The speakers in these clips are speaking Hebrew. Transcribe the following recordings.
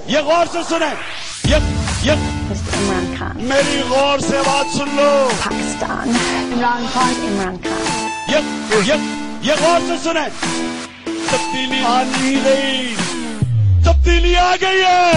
ये गौर से सुने, ये Mr. Imran Khan. मेरी गौर से बात सुन लो. Pakistan. Imran Khan. Imran Khan. ये गौर से सुने. तब्दीली आ नहीं गई, तब्दीली आ गई है.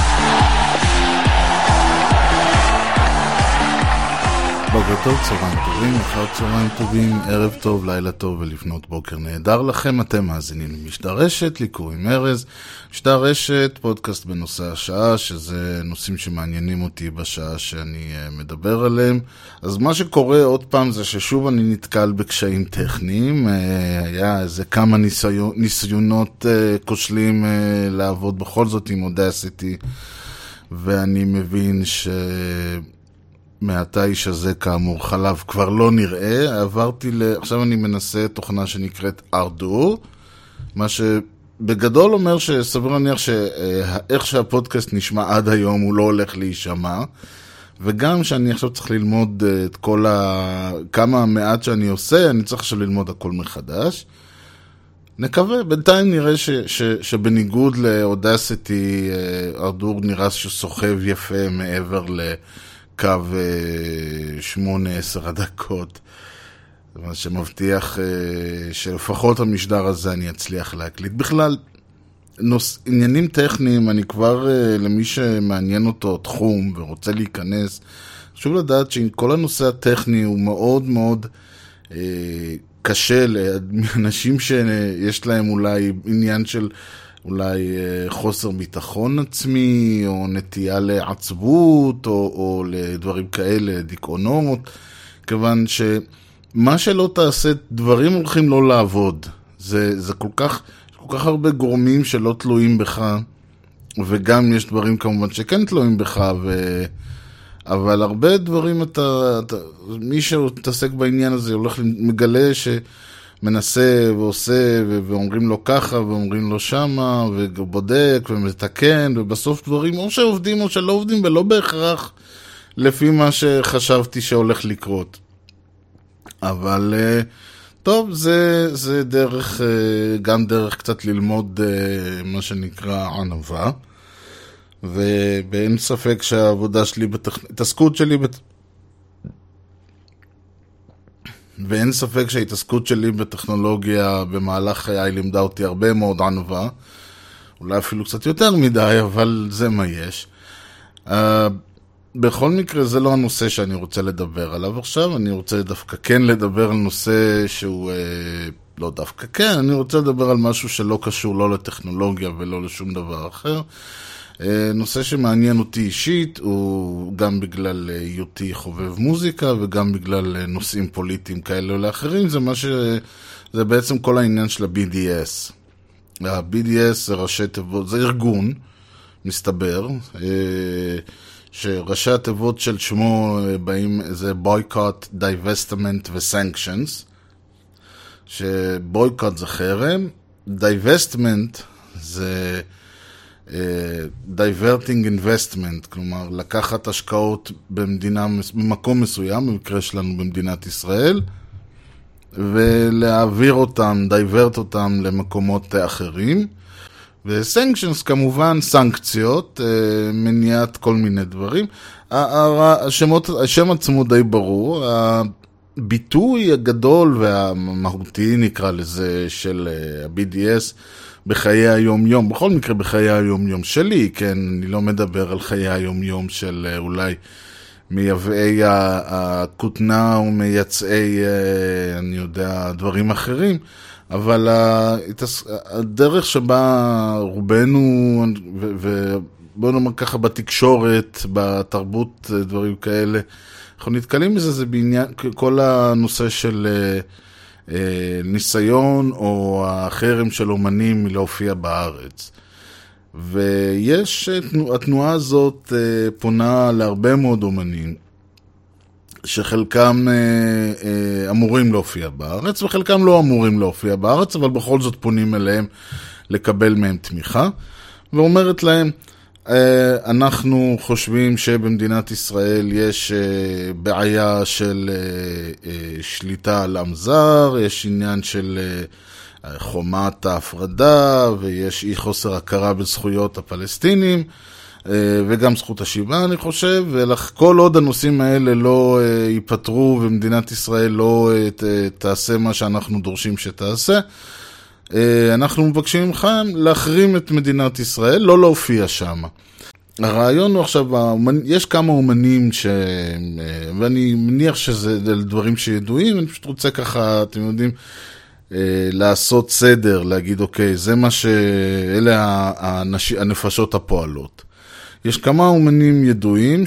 בוקר טוב, צהריים טובים, אחר צהריים טובים, ערב טוב, לילה טוב ולפנות בוקר נהדר לכם. אתם מאזינים למשדר רשת, ליקור עם ארז. משדר רשת, פודקאסט בנושא השעה, שזה נושאים שמעניינים אותי בשעה שאני מדבר עליהם. אז מה שקורה עוד פעם זה ששוב אני נתקל בקשיים טכניים. היה איזה כמה ניסיונות כושלים לעבוד בכל זאת עם אודסיטי, ואני מבין מעתה האיש הזה כאמור חלב כבר לא נראה. עכשיו אני מנסה תוכנה שנקראת ארדור, מה שבגדול אומר שסביר להניח שאיך שהפודקאסט נשמע עד היום הוא לא הולך להישמע, וגם שאני עכשיו צריך ללמוד את כל כמה מעט שאני עושה, אני צריך עכשיו ללמוד הכל מחדש. נקווה, בינתיים נראה שבניגוד לאודסיטי, ארדור נראה שסוחב יפה מעבר קו 8-10 הדקות, מה שמבטיח שלפחות המשדר הזה אני אצליח להקליט. בכלל, עניינים טכניים, אני כבר, למי שמעניין אותו תחום ורוצה להיכנס, חשוב לדעת שעם כל הנושא הטכני הוא מאוד מאוד קשה לאנשים שיש להם אולי עניין של אולי חוסר ביטחון עצמי, או נטייה לעצבות, או לדברים כאלה, דיכאונות, כיוון שמה שלא תעשה, דברים הולכים לא לעבוד. זה כל כך הרבה גורמים שלא תלויים בך, וגם יש דברים כמובן שכן תלויים בך, אבל הרבה דברים מי שתעסק בעניין הזה הולך מגלה מנסה ועושה, ואומרים לו ככה, ואומרים לו שמה, ובודק ומתקן, ובסוף דברים או שעובדים או שלא עובדים, ולא בהכרח לפי מה שחשבתי שהולך לקרות. אבל טוב, זה דרך, גם דרך קצת ללמוד מה שנקרא ענווה, ובאין ספק שהעבודה שלי, התעסקות שלי ואין ספק שההתעסקות שלי בטכנולוגיה במהלך חיי לימדה אותי הרבה מאוד ענווה, אולי אפילו קצת יותר מדי, אבל זה מה יש. בכל מקרה זה לא הנושא שאני רוצה לדבר עליו עכשיו. אני רוצה דווקא כן לדבר על נושא שהוא לא דווקא כן, אני רוצה לדבר על משהו שלא קשור לא לטכנולוגיה ולא לשום דבר אחר. נושא שמעניין אותי אישית, הוא גם בגלל היותי חובב מוזיקה, וגם בגלל נושאים פוליטיים כאלה ולאחרים. זה בעצם כל העניין של ה-BDS. ה-BDS זה ראשי תיבות, זה ארגון, מסתבר, שראשי התיבות של שמו באים, זה Boycott, Divestment ו-Sanctions, שבויקוט זה חרם, Divestment זה diverting investment, כלומר לקחת השקעות במקום מסוים, במקרה שלנו במדינת ישראל, ולהעביר אותם, divert אותם למקומות אחרים. ו-sanctions כמובן סנקציות, מניעת כל מיני דברים. השם עצמו די ברור. הביטוי הגדול והמהותי נקרא לזה של ה-BDS בחיי היום-יום, בכל מקרה בחיי היום-יום שלי, כן, אני לא מדבר על חיי היום-יום של אולי מייבאי הכותנה ומייצאי, אני יודע, דברים אחרים, אבל הדרך שבה רובנו, ובוא נאמר ככה בתקשורת, בתרבות, דברים כאלה, אנחנו נתקלים בזה, זה בעניין, כל הנושא של ניסיון או החרם של אומנים להופיע בארץ. ויש, התנועה הזאת פונה להרבה מאוד אומנים, שחלקם אמורים להופיע בארץ, וחלקם לא אמורים להופיע בארץ, אבל בכל זאת פונים אליהם לקבל מהם תמיכה, ואומרת להם, אנחנו חושבים שבמדינת ישראל יש בעיה של שליטה על עם זר, יש עניין של חומת ההפרדה, ויש אי חוסר הכרה בזכויות הפלסטינים, וגם זכות השיבה אני חושב, וכל עוד הנושאים האלה לא ייפטרו ומדינת ישראל לא תעשה מה שאנחנו דורשים שתעשה, אנחנו מבקשים ממך להחרים את מדינת ישראל, לא להופיע שם. הרעיון הוא עכשיו, יש כמה אומנים ואני מניח שזה דברים שידועים, אני פשוט רוצה ככה, אתם יודעים, לעשות סדר, להגיד אוקיי, זה מה אלה הנפשות הפועלות. יש כמה אומנים ידועים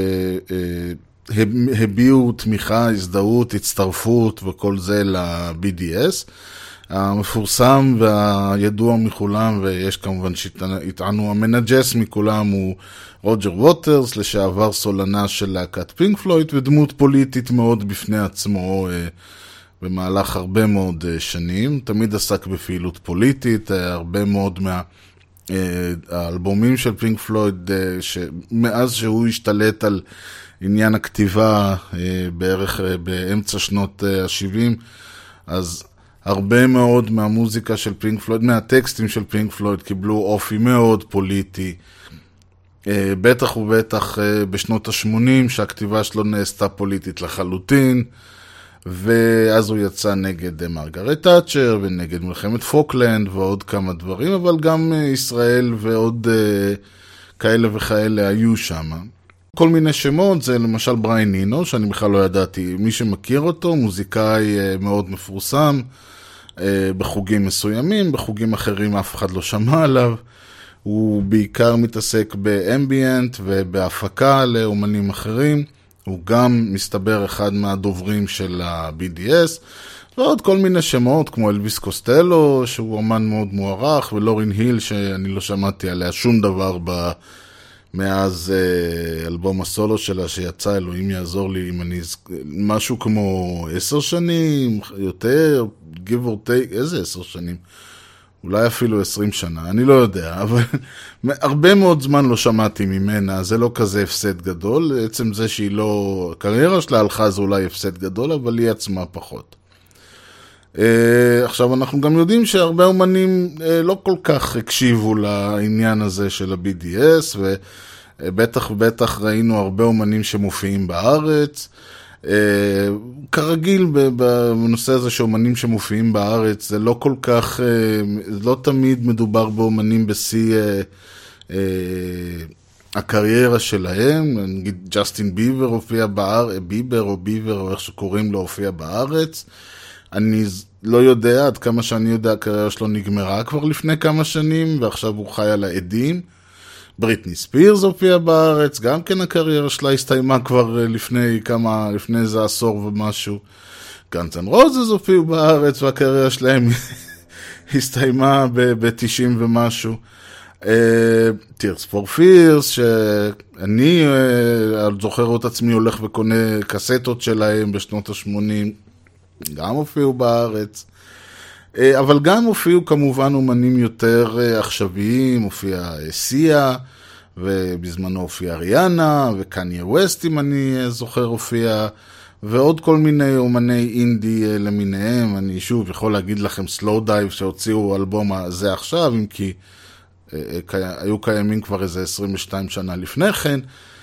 שהביעו תמיכה, הזדהות, הצטרפות וכל זה ל-BDS. המפורסם והידוע מכולם, ויש כמובן שיטענו המנג'ס מכולם, הוא רוג'ר ווטרס, לשעבר סולנה של להקת פינק פלויד, ודמות פוליטית מאוד בפני עצמו במהלך הרבה מאוד שנים. תמיד עסק בפעילות פוליטית, הרבה מאוד האלבומים של פינק פלויד, מאז שהוא השתלט על עניין הכתיבה בערך באמצע שנות ה-70, אז הרבה מאוד מהמוזיקה של פינק פלויד, מהטקסטים של פינק פלויד, קיבלו אופי מאוד פוליטי, בטח ובטח בשנות ה-80, שהכתיבה שלו נעשתה פוליטית לחלוטין, ואז הוא יצא נגד מרגרט תאצ'ר, ונגד מלחמת פוקלנד, ועוד כמה דברים, אבל גם ישראל ועוד כאלה וכאלה היו שם. כל מיני שמות, זה למשל בריין אינו, שאני בכלל לא ידעתי, מי שמכיר אותו, מוזיקאי מאוד מפורסם, בחוגים מסוימים, בחוגים אחרים אף אחד לא שמע עליו, הוא בעיקר מתעסק באמביאנט ובהפקה לאומנים אחרים, הוא גם מסתבר אחד מהדוברים של ה-BDS, ועוד כל מיני שמות כמו אלוויס קוסטלו, שהוא אומן מאוד מוערך, ולורין היל שאני לא שמעתי עליה שום דבר מאז אלבום הסולו שלה שיצא, אלוהים יעזור לי אם אני משהו כמו 10 שנים, יותר, give or take, איזה 10 שנים? אולי אפילו 20 שנה, אני לא יודע, אבל הרבה מאוד זמן לא שמעתי ממנה, זה לא כזה הפסד גדול, עצם זה שהיא לא, הקריירה שלה הלכה זה אולי הפסד גדול, אבל היא עצמה פחות. עכשיו אנחנו גם יודעים שהרבה אומנים לא כל כך הקשיבו לעניין הזה של ה-BDS, ובטח ובטח ראינו הרבה אומנים שמופיעים בארץ. כרגיל בנושא הזה שאומנים שמופיעים בארץ, זה לא כל כך, לא תמיד מדובר באומנים בשיא הקריירה שלהם. נגיד ג'סטין ביבר הופיע בארץ, ביבר או ביבר או איך שקוראים לו הופיע בארץ. אני לא יודע, עד כמה שאני יודע, הקריירה שלו נגמרה כבר לפני כמה שנים, ועכשיו הוא חי על העדים. בריטני ספירס הופיע בארץ, גם כן הקריירה שלה הסתיימה כבר לפני איזה עשור ומשהו. גאנז אנד רוזס הופיעו בארץ, והקריירה שלהם הסתיימה ב-90 ומשהו. Tears for Fears, שאני זוכר את עצמי הולך וקונה קסטות שלהם בשנות ה-80, גם הופיעו בארץ, אבל גם הופיעו כמובן אומנים יותר עכשוויים, הופיע סיה, ובזמנו הופיע ריאנה, וקניה ווסט אם אני זוכר הופיע, ועוד כל מיני אומני אינדי למיניהם. אני שוב יכול להגיד לכם סלואו דייב שהוציאו אלבום הזה עכשיו, אם כי היו קיימים כבר איזה 22 שנה לפני כן,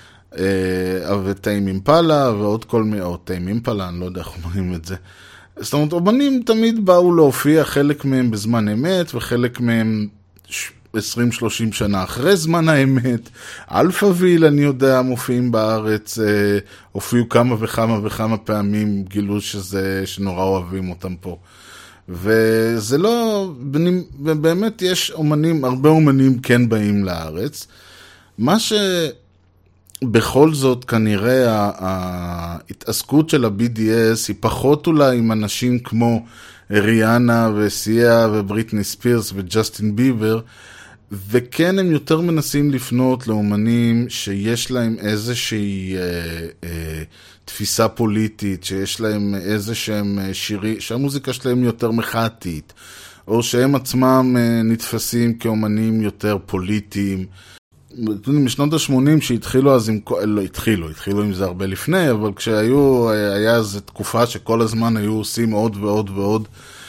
וטיים אימפלה ועוד כל מיני, או טיים אימפלה, אני לא יודע איך אומרים את זה. זאת אומרת, אומנים תמיד באו להופיע, חלק מהם בזמן אמת, וחלק מהם 20-30 שנה אחרי זמן האמת. אלפא ויל, אני יודע, מופיעים בארץ, הופיעו כמה וכמה פעמים, גילו שנורא אוהבים אותם פה. וזה לא, באמת יש אומנים, הרבה אומנים כן באים לארץ. מה שבכל זאת כנראה ההתעסקות של ה-BDS היא פחות אולי עם אנשים כמו ריאנה וסיה ובריטני ספירס וג'סטין ביבר, וכן הם יותר מנסים לפנות לאומנים שיש להם איזושהי תפיסה פוליטית, שיש להם איזשהם שירים, שהמוזיקה שלהם יותר מחאתית, או שהם עצמם נתפסים כאומנים יותר פוליטיים. משנות ה-80 שהתחילו אז עם, לא התחילו עם זה הרבה לפני, אבל היה איזו תקופה שכל הזמן היו עושים עוד ועוד ועוד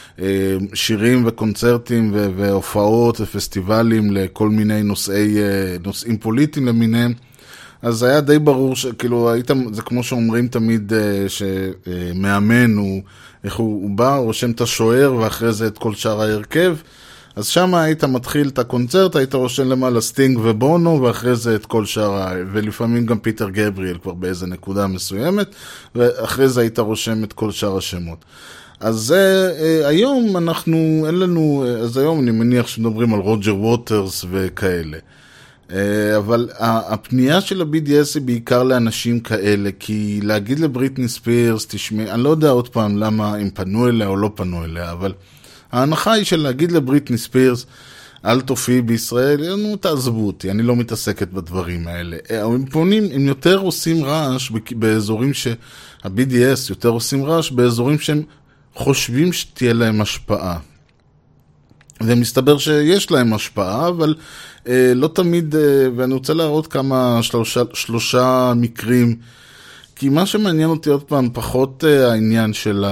שירים וקונצרטים והופעות ופסטיבלים לכל מיני נושאים פוליטיים למיניהם. אז היה די ברור שכאילו, זה כמו שאומרים תמיד שמאמן, איך הוא בא, רושם את השוער ואחרי זה את כל שאר ההרכב. אז שם היית מתחיל את הקונצרט, היית רושם למעלה סטינג ובונו, ואחרי זה את כל שאר, ולפעמים גם פיטר גבריאל כבר באיזה נקודה מסוימת, ואחרי זה היית רושם את כל שאר השמות. אז היום אין לנו, אז היום אני מניח שמדברים על רוג'ר ווטרס וכאלה. אבל הפנייה של ה-BDS היא בעיקר לאנשים כאלה, כי להגיד לבריטני ספירס, תשמעי, אני לא יודע עוד פעם למה הם פנו אליה או לא פנו אליה, אבל ההנחה היא של להגיד לבריטני ספירס, אל תופיעי בישראל, נו תעזבו אותי, אני לא מתעסקת בדברים האלה. הם פונים, הם יותר עושים רעש באזורים ה-BDS יותר עושים רעש באזורים שהם חושבים שתהיה להם השפעה. ומסתבר שיש להם השפעה, אבל לא תמיד, ואני רוצה להראות שלושה מקרים, כי מה שמעניין אותי עוד פעם, פחות העניין של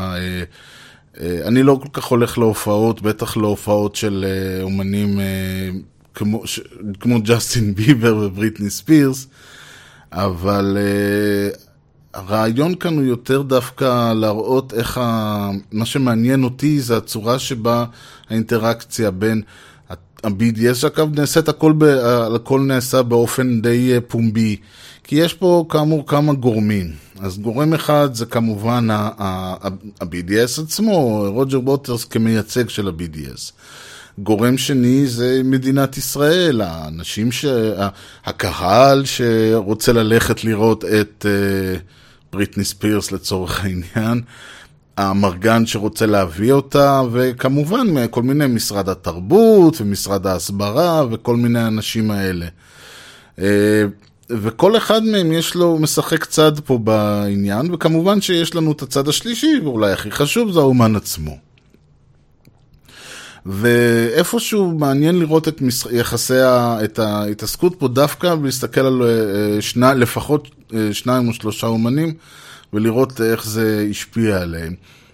אני לא כל כך הולך להופעות, בטח להופעות של אומנים כמו ג'סטין ביבר ובריטני ספירס, אבל הרעיון כאן הוא יותר דווקא להראות איך מה שמעניין אותי זה הצורה שבה האינטראקציה בין ה-BDS, אגב נעשית הכל נעשה באופן די פומבי, כי יש פה כאמור כמה גורמים. אז גורם אחד זה כמובן ה-BDS עצמו, רוג'ר ווטרס כמייצג של ה-BDS. גורם שני זה מדינת ישראל, האנשים הקהל שרוצה ללכת לראות את בריטני ספירס לצורך העניין, המרגן שרוצה להביא אותה, וכמובן כל מיני משרד התרבות ומשרד ההסברה וכל מיני אנשים האלה. וכל אחד מהם יש לו משחק צד פה בעניין, וכמובן שיש לנו את הצד השלישי, ואולי הכי חשוב זה האומן עצמו. ואיפשהו מעניין לראות את את ההתעסקות פה דווקא, ולהסתכל על לפחות 2 או 3 אומנים, ולראות איך זה השפיע עליהם.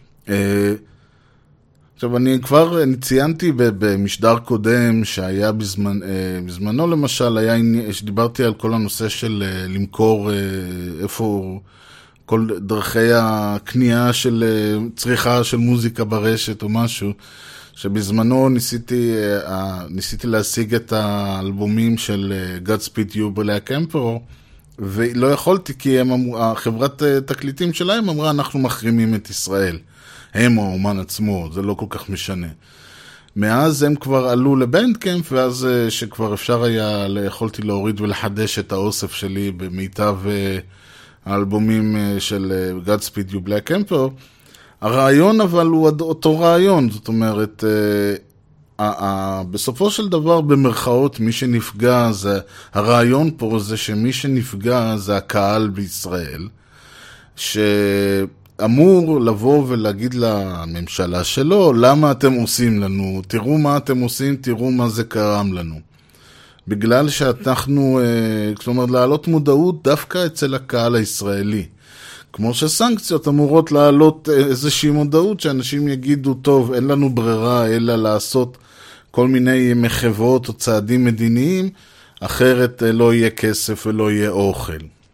עכשיו, אני ציינתי במשדר קודם שהיה בזמנו למשל, שדיברתי על כל הנושא של למכור איפה כל דרכי הקנייה של צריכה של מוזיקה ברשת או משהו, שבזמנו ניסיתי להשיג את האלבומים של Godspeed You Black Emperor, ולא יכולתי כי החברת תקליטים שלהם אמרה אנחנו מחרימים את ישראל. הם או האומן עצמו, זה לא כל כך משנה. מאז הם כבר עלו לבנדקאמפ, ואז שכבר אפשר היה, יכולתי להוריד ולחדש את האוסף שלי במיטב האלבומים של Godspeed You Black Emperor. הרעיון אבל הוא אותו רעיון, זאת אומרת, בסופו של דבר במרכאות מי שנפגע, הרעיון פה זה שמי שנפגע זה הקהל בישראל, אמור לבוא ולהגיד לממשלה שלו, למה אתם עושים לנו? תראו מה אתם עושים, תראו מה זה קרם לנו. בגלל שאנחנו, כלומר, להעלות מודעות דווקא אצל הקהל הישראלי. כמו שסנקציות אמורות להעלות איזושהי מודעות, שאנשים יגידו, טוב, אין לנו ברירה, אלא לעשות כל מיני מחוות או צעדים מדיניים, אחרת לא יהיה כסף ולא יהיה אוכל.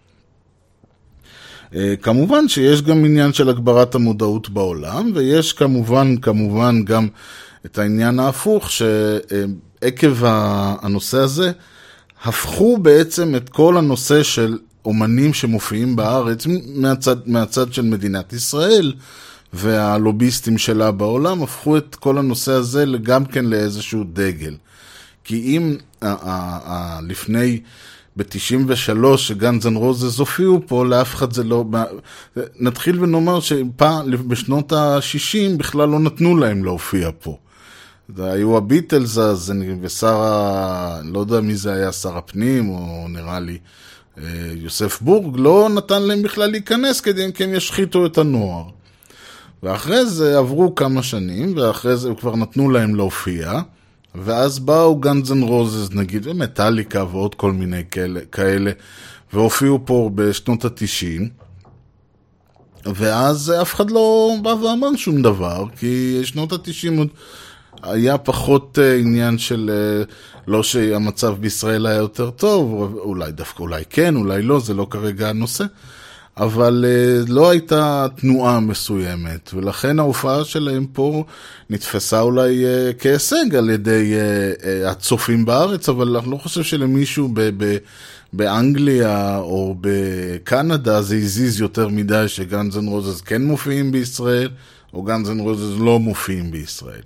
כמובן שיש גם עניין של הגברת המודעות בעולם, ויש כמובן גם את העניין ההפוך, שעקב הנושא הזה, הפכו בעצם את כל הנושא של אומנים שמופיעים בארץ, מהצד של מדינת ישראל, והלוביסטים שלה בעולם, הפכו את כל הנושא הזה גם כן לאיזשהו דגל. כי אם לפני ב-93 שגאנז אנד רוזס הופיעו פה, לאף אחד זה לא... נתחיל ונאמר שבשנות ה-60 בכלל לא נתנו להם להופיע פה. זה היו הביטלס אז, לא יודע מי זה היה, שר הפנים, או נראה לי יוסף בורג, לא נתן להם בכלל להיכנס כדי הם ישחיתו את הנוער. ואחרי זה עברו כמה שנים, ואחרי זה כבר נתנו להם להופיע, ואז באו גאנז אנד רוזס, נגיד, ומטליקה ועוד כל מיני כאלה, והופיעו פה בשנות ה-90, ואז אף אחד לא בא ואמר שום דבר, כי שנות ה-90 עוד היה פחות עניין של, לא שהמצב בישראל היה יותר טוב, אולי דווקא, אולי כן, אולי לא, זה לא כרגע הנושא, אבל לא הייתה תנועה מסוימת, ולכן ההופעה שלהם פה נתפסה אולי כהישג על ידי הצופים בארץ, אבל אני לא חושב שלמישהו באנגליה או בקנדה זה הזיז יותר מדי שגאנז אנד רוזס כן מופיעים בישראל, או גאנז אנד רוזס לא מופיעים בישראל.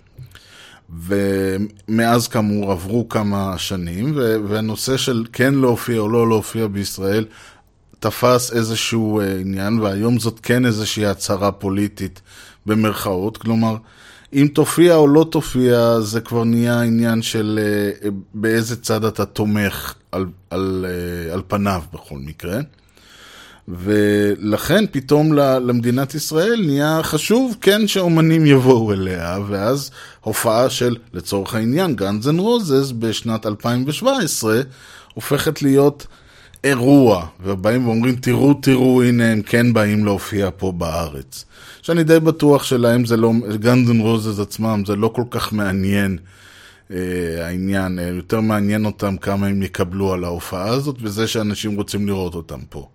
ומאז כאמור עברו כמה שנים, והנושא של כן להופיע או לא להופיע בישראל תפס איזשהו עניין, והיום זאת כן איזושהי הצהרה פוליטית במרכאות, כלומר, אם תופיע או לא תופיע, זה כבר נהיה עניין של באיזה צד אתה תומך על פניו בכל מקרה. ולכן פתאום למדינת ישראל נהיה חשוב כן שאומנים יבואו אליה, ואז הופעה של, לצורך העניין, גאנז אנד רוזס בשנת 2017 הופכת להיות אירוע, ובאים ואומרים תראו, הנה הם כן באים להופיע פה בארץ. שאני די בטוח שלהם זה לא, גאנז אנד רוזס עצמם זה לא כל כך מעניין העניין, יותר מעניין אותם כמה הם יקבלו על ההופעה הזאת, וזה שאנשים רוצים לראות אותם פה.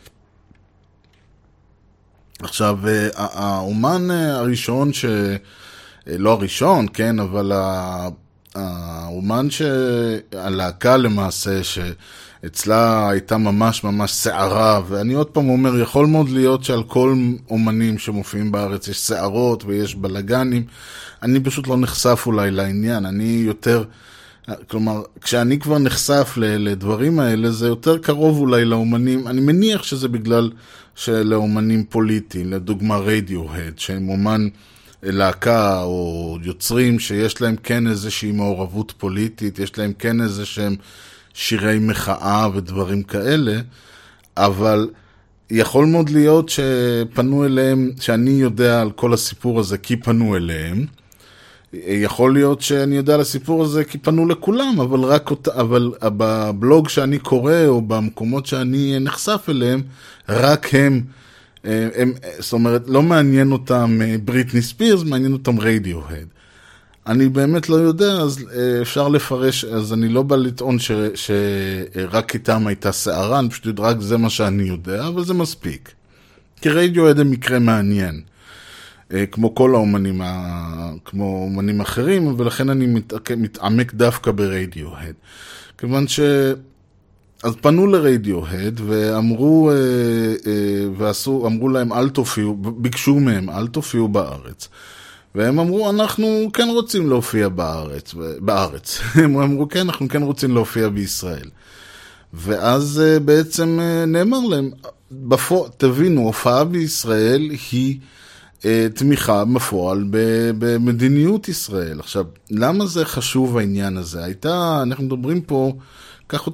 עכשיו, האומן הראשון לא הראשון, כן, אבל האומן הלהקה למעשה שאצלה הייתה ממש שערה, ואני עוד פעם אומר, יכול מאוד להיות שעל כל אומנים שמופיעים בארץ יש שערות ויש בלגנים, אני פשוט לא נחשף אולי לעניין, אני יותר, כלומר, כשאני כבר נחשף לדברים האלה, זה יותר קרוב אולי לאומנים, אני מניח שזה בגלל שלאומנים פוליטיים, לדוגמה רדיוהד, שהם אומן להקה או יוצרים שיש להם כן איזושהי מעורבות פוליטית, יש להם כן איזשהם שירי מחאה ודברים כאלה, אבל יכול מאוד להיות שפנו אליהם, שאני יודע על כל הסיפור הזה כי פנו אליהם, יכול להיות שאני יודע על הסיפור הזה כי פנו לכולם, אבל בבלוג שאני קורא או במקומות שאני נחשף אליהם, רק הם, זאת אומרת, לא מעניין אותם בריטני ספירס, מעניין אותם רדיוהד. אני באמת לא יודע, אז אפשר לפרש, אז אני לא בא לטעון שרק איתם הייתה שערה, אני פשוט רק זה מה שאני יודע, אבל זה מספיק. כי רדיוהד זה מקרה מעניין. כמו כל האומנים, כמו אומנים אחרים, ולכן אני מתעמק דווקא ברדיוהד. כיוון אז פנו לרדיוהד ואמרו, אמרו להם אל תופיעו, ביקשו מהם אל תופיעו בארץ. והם אמרו, אנחנו כן רוצים להופיע בארץ. הם אמרו, כן, אנחנו כן רוצים להופיע בישראל. ואז בעצם נאמר להם, תבינו, הופעה בישראל היא תמיכה בפועל במדיניות ישראל. עכשיו, למה זה חשוב העניין הזה? אנחנו מדברים פה, קח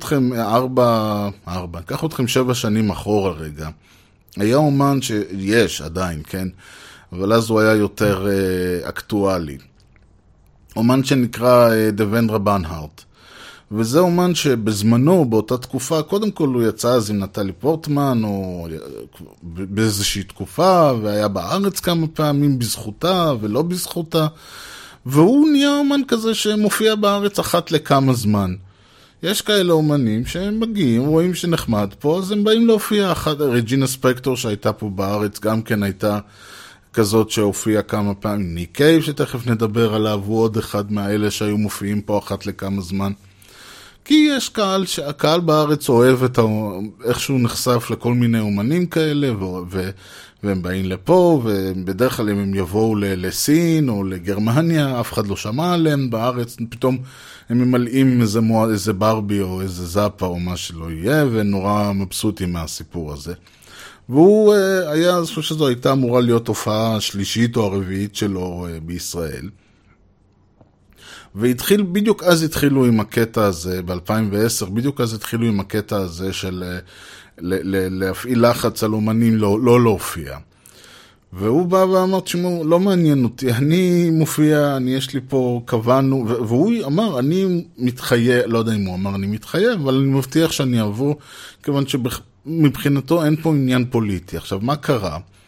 אתכם 7 שנים אחורה רגע. היה אומן שיש עדיין, כן? אבל אז הוא היה יותר אקטואלי. אומן שנקרא דבנדרה בנהארט. וזה אומן שבזמנו, באותה תקופה, קודם כל הוא יצא אז עם נטלי פורטמן, או באיזושהי תקופה, והיה בארץ כמה פעמים בזכותה ולא בזכותה, והוא נהיה אומן כזה שמופיע בארץ אחת לכמה זמן. יש כאלה אומנים שהם מגיעים, רואים שנחמד פה, אז הם באים להופיע אחת. רג'ינה ספקטור שהייתה פה בארץ, גם כן הייתה כזאת שהופיעה כמה פעמים. ניק קייב שתכף נדבר עליו, הוא עוד אחד מהאלה שהיו מופיעים פה אחת לכמה זמן. כי יש קהל, שהקהל בארץ אוהב איך שהוא נחשף לכל מיני אומנים כאלה, והם באים לפה, ובדרך כלל אם הם יבואו לסין או לגרמניה, אף אחד לא שמע עליהם בארץ, פתאום הם ממלאים איזה ברבי או איזה זאפה או מה שלא יהיה, ונורא מבסוטים מהסיפור הזה. והוא היה, אני חושב שזו הייתה אמורה להיות הופעה השלישית או הרביעית שלו בישראל. והתחיל, בדיוק אז התחילו עם הקטע הזה, ב-2010, בדיוק אז התחילו עם הקטע הזה של להפעיל לחץ על אומנים לא להופיע. והוא בא ואמר, תשמעו, לא מעניין אותי, אני מופיע, יש לי פה קבענו, והוא אמר, אני מתחייב, לא יודע אם הוא אמר, אני מתחייב, אבל אני מבטיח שאני אבוא, כיוון שמבחינתו אין פה עניין פוליטי. עכשיו, מה קרה?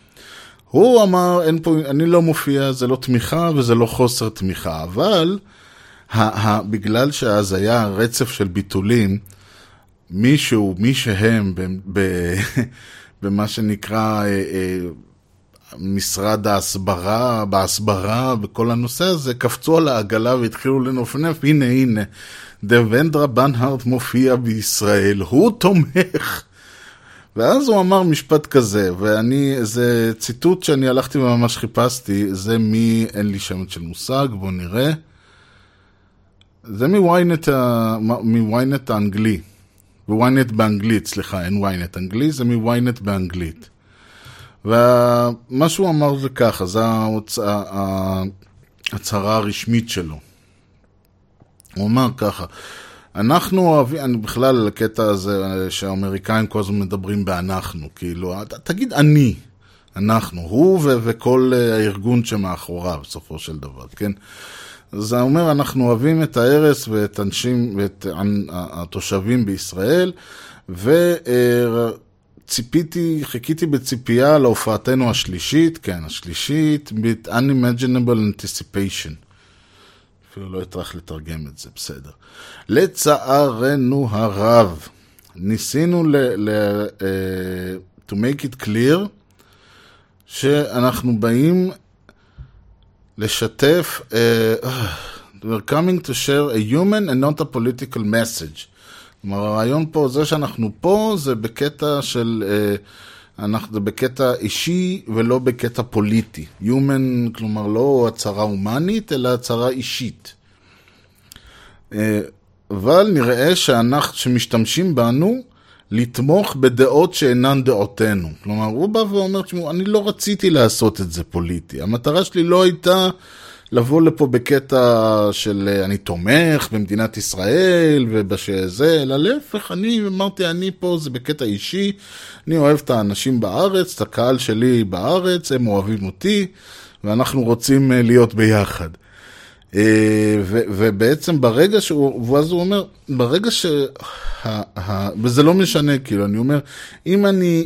הוא אמר, אני לא מופיע, זה לא תמיכה וזה לא חוסר תמיכה, אבל בגלל שאז היה רצף של ביטולים, מי שהם במה שנקרא משרד בהסברה, בכל הנושא הזה, קפצו על העגלה והתחילו לנופנף, הנה, דבנדרה בנהרט מופיע בישראל, הוא תומך. ואז הוא אמר משפט כזה, זה ציטוט שאני הלכתי וממש חיפשתי, זה אין לי שמץ של מושג, בוא נראה. זה מוויינט האנגלי. וויינט באנגלית, סליחה, אין וויינט אנגלי, זה מוויינט באנגלית. ומה שהוא אמר זה ככה, זה ההצהרה הרשמית שלו. הוא אמר ככה, אנחנו אוהבים, בכלל הקטע הזה שהאמריקאים כל הזמן מדברים באנחנו, כאילו, תגיד אנחנו, הוא וכל הארגון שמאחוריו, בסופו של דבר, כן? זה אומר, אנחנו אוהבים את הארץ ואת אנשים ואת התושבים בישראל, חיכיתי בציפייה להופעתנו השלישית, כן, השלישית, with unimaginable anticipation. אפילו לא אטרח לתרגם את זה, בסדר. לצערנו הרב, ניסינו to make it clear, שאנחנו באים לשתף, we're coming to share a human and not a political message. כלומר, הרעיון פה, זה שאנחנו פה, זה בקטע של, זה בקטע אישי ולא בקטע פוליטי. Human, כלומר, לא הצהרה הומנית, אלא הצהרה אישית. אבל נראה שמשתמשים בנו לתמוך בדעות שאינן דעותינו. כלומר, הוא בא ואומר, אני לא רציתי לעשות את זה פוליטי. המטרה שלי לא הייתה לבוא לפה בקטע של אני תומך במדינת ישראל ובשזה, אלא להפך, אני אמרתי, אני פה זה בקטע אישי, אני אוהב את האנשים בארץ, את הקהל שלי בארץ, הם אוהבים אותי, ואנחנו רוצים להיות ביחד. ובעצם ברגע ואז הוא אומר, ברגע וזה לא משנה, כאילו, אני אומר, אם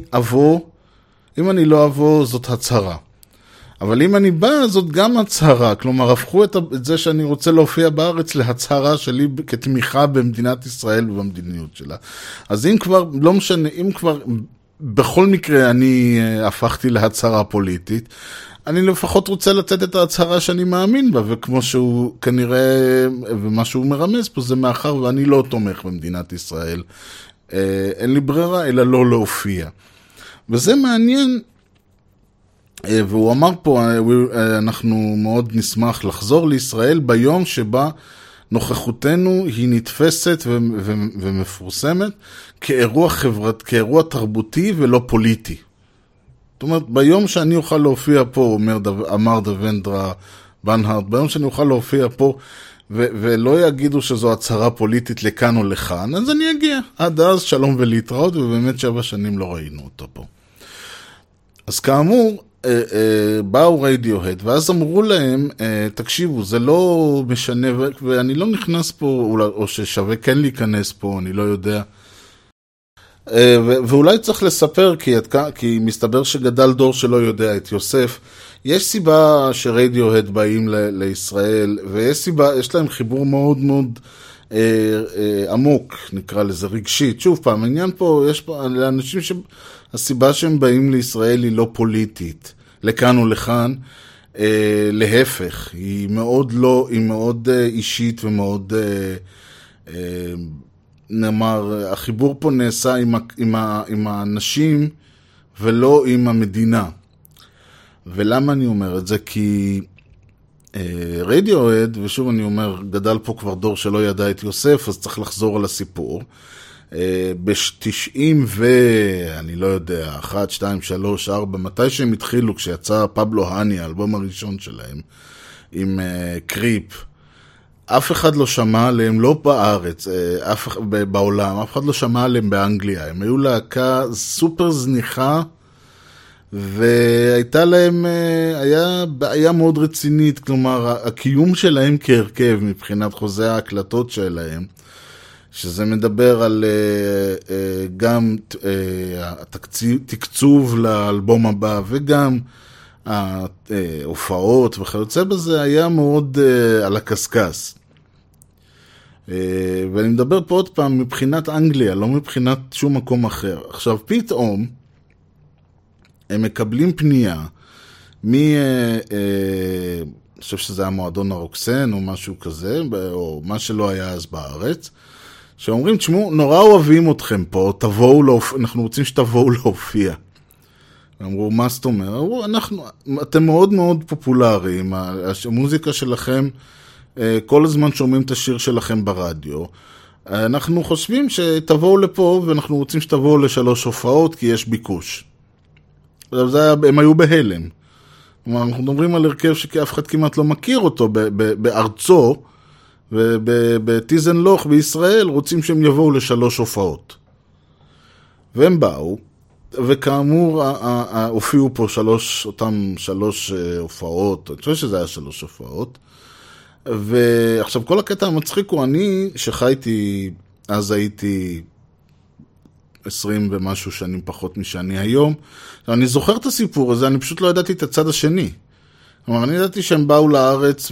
אני לא אבוא, זאת הצהרה. אבל אם אני בא, זאת גם הצהרה. כלומר, הפכו את זה שאני רוצה להופיע בארץ להצהרה שלי כתמיכה במדינת ישראל ובמדיניות שלה. אז אם כבר, לא משנה, אם כבר בכל מקרה אני הפכתי להצהרה פוליטית, אני לפחות רוצה לתת את ההצהרה שאני מאמין בה, וכמו שהוא כנראה, ומה שהוא מרמז פה, זה מאחר ואני לא תומך במדינת ישראל. אין לי ברירה, אלא לא להופיע. וזה מעניין, והוא אמר פה, אנחנו מאוד נשמח לחזור לישראל ביום שבה נוכחותנו היא נתפסת ומפורסמת כאירוע תרבותי ולא פוליטי. זאת אומרת, ביום שאני אוכל להופיע פה, אמר דבנדרה בנהרט, ביום שאני אוכל להופיע פה, ולא יגידו שזו הצהרה פוליטית לכאן או לכאן, אז אני אגיע. עד אז שלום ולהתראות, ובאמת 7 שנים לא ראינו אותו פה. אז כאמור, באו רדיוהד, ואז אמרו להם, תקשיבו, זה לא משנה, ואני לא נכנס פה, או ששווה כן להיכנס פה, אני לא יודע. ואולי צריך לספר, כי מסתבר שגדל דור שלא יודע את יוסף. יש סיבה שרדיוהד באים לישראל, ויש סיבה, יש להם חיבור מאוד מאוד עמוק, נקרא לזה רגשית. שוב פעם, העניין פה, יש פה לאנשים הסיבה שהם באים לישראל היא לא פוליטית, לכאן או לכאן, להפך, היא מאוד אישית ומאוד, נאמר, החיבור פה נעשה עם האנשים ולא עם המדינה. ולמה אני אומר את זה? כי רדיוהד, ושוב אני אומר, גדל פה כבר דור שלא ידע את יוסף, אז צריך לחזור על הסיפור. ב-90 אני לא יודע, 1, 2, 3, 4, מתי שהם התחילו, כשיצא פבלו הני, האלבום הראשון שלהם, עם קריפ, אף אחד לא שמע עליהם, לא בארץ, בעולם, אף אחד לא שמע עליהם באנגליה. הם היו להקה סופר זניחה, והייתה להם, היה בעיה מאוד רצינית, כלומר, הקיום שלהם כהרכב מבחינת חוזה ההקלטות שלהם, שזה מדבר על גם תקצוב לאלבום הבא, וגם ההופעות וכיוצא בזה היה מאוד על הקסקס. ואני מדבר פה עוד פעם מבחינת אנגליה, לא מבחינת שום מקום אחר. עכשיו פתאום הם מקבלים פנייה אני חושב שזה היה מועדון הרוקסן או משהו כזה, או מה שלא היה אז בארץ, שאומרים, תשמעו, נורא אוהבים אתכם פה, אנחנו רוצים שתבואו להופיע. אמרו, מה זאת אומרת? אמרו, אתם מאוד מאוד פופולריים, המוזיקה שלכם, כל הזמן שומעים את השיר שלכם ברדיו, אנחנו חושבים שתבואו לפה, ואנחנו רוצים שתבואו ל3 הופעות, כי יש ביקוש. הם היו בהלם. אנחנו מדברים על הרכב שאף אחד כמעט לא מכיר אותו בארצו, ובטיזן לוח בישראל רוצים שהם יבואו ל3 הופעות. והם באו, וכאמור הופיעו פה אותם 3 הופעות, אני חושב שזה היה 3 הופעות, ועכשיו כל הקטע המצחיק הוא אני שחייתי, אז הייתי 20 ומשהו שנים פחות משאני היום, אני זוכר את הסיפור הזה, אני פשוט לא ידעתי את הצד השני. כלומר, אני ידעתי שהם באו לארץ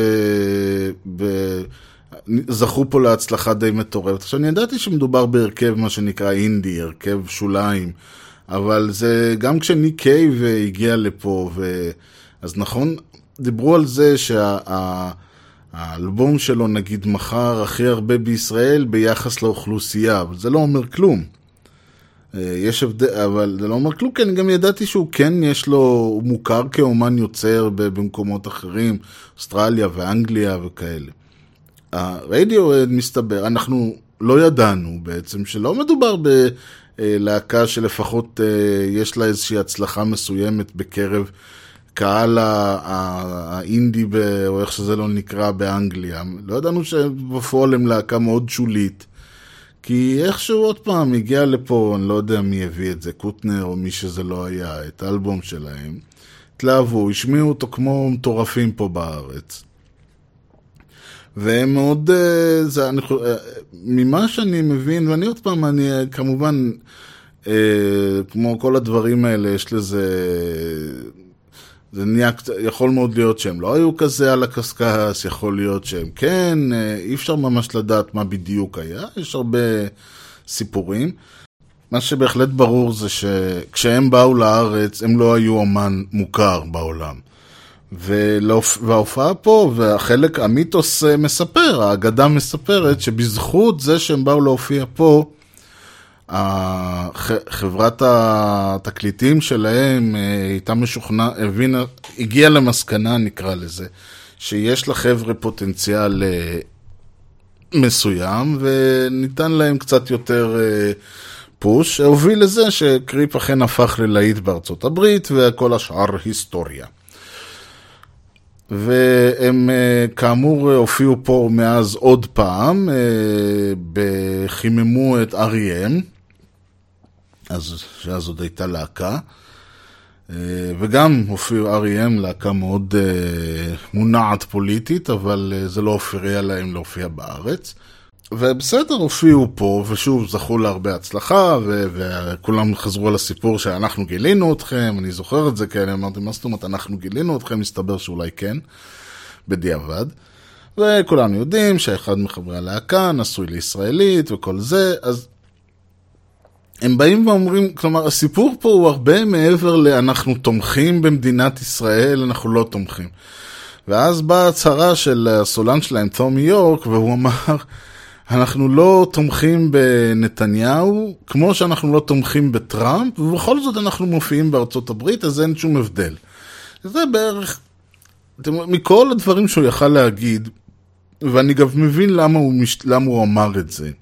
וזכו פה להצלחה די מטורפת. עכשיו, אני ידעתי שמדובר בהרכב, מה שנקרא אינדי, הרכב שוליים, אבל זה גם כשניק קייב הגיע לפה, אז נכון, דיברו על זה שהאלבום שלו, נגיד, מכר הכי הרבה בישראל ביחס לאוכלוסייה, אבל זה לא אומר כלום. יש הבדל, אבל זה לא אומר כלום, כי אני גם ידעתי שהוא כן יש לו, הוא מוכר כאומן יוצר במקומות אחרים, אוסטרליה ואנגליה וכאלה. הרדיוהד מסתבר, אנחנו לא ידענו בעצם, שלא מדובר בלהקה שלפחות יש לה איזושהי הצלחה מסוימת בקרב קהל האינדי, או איך שזה לא נקרא באנגליה. לא ידענו שבפועל הם להקה מאוד שולית, כי איכשהו עוד פעם הגיע לפה, אני לא יודע מי הביא את זה, קוטנר או מי שזה לא היה, את האלבום שלהם, התלהבו, השמיעו אותו כמו מטורפים פה בארץ. והם מאוד, ממה שאני מבין, ואני עוד פעם, אני כמובן, כמו כל הדברים האלה, יש לזה, זה נהיה, יכול מאוד להיות שהם לא היו כזה על הקסקס, יכול להיות שהם כן, אי אפשר ממש לדעת מה בדיוק היה, יש הרבה סיפורים. מה שבהחלט ברור זה שכשהם באו לארץ, הם לא היו אומן מוכר בעולם. וההופעה פה, והחלק, המיתוס מספר, האגדה מספרת, שבזכות זה שהם באו להופיע פה, חברת התקליטים שלהם הייתה משוכנע, הגיעה למסקנה, נקרא לזה, שיש לחבר'ה פוטנציאל מסוים, וניתן להם קצת יותר פוש, שהוביל לזה שקריפ אכן הפך ללהיט בארצות הברית, וכל השאר היסטוריה. והם כאמור הופיעו פה מאז עוד פעם, חיממו את R.E.M, שאז עוד הייתה להקה, וגם הופיעו R.E.M, להקה מאוד מונעת פוליטית, אבל זה לא הופיע להם להופיע בארץ. ובסדר, הופיעו פה, ושוב זכו להרבה הצלחה, וכולם חזרו על הסיפור שאנחנו גילינו אתכם, אני זוכר את זה, כי אני אמרתי, מה זאת אומרת, אנחנו גילינו אתכם, מסתבר שאולי כן, בדיעבד. וכולנו יודעים שאחד מחברי הלהקה נשוי לישראלית וכל זה, אז הם באים ואומרים, כלומר, הסיפור פה הוא הרבה מעבר לאנחנו תומכים במדינת ישראל, אנחנו לא תומכים. ואז באה הצהרה של הסולן שלהם, תומי יורק, והוא אמר, אנחנו לא תומכים בנתניהו, כמו שאנחנו לא תומכים בטראמפ, ובכל זאת אנחנו מופיעים בארצות הברית, אז אין שום הבדל. זה בערך, מכל הדברים שהוא יכל להגיד, ואני גם מבין למה הוא אמר את זה.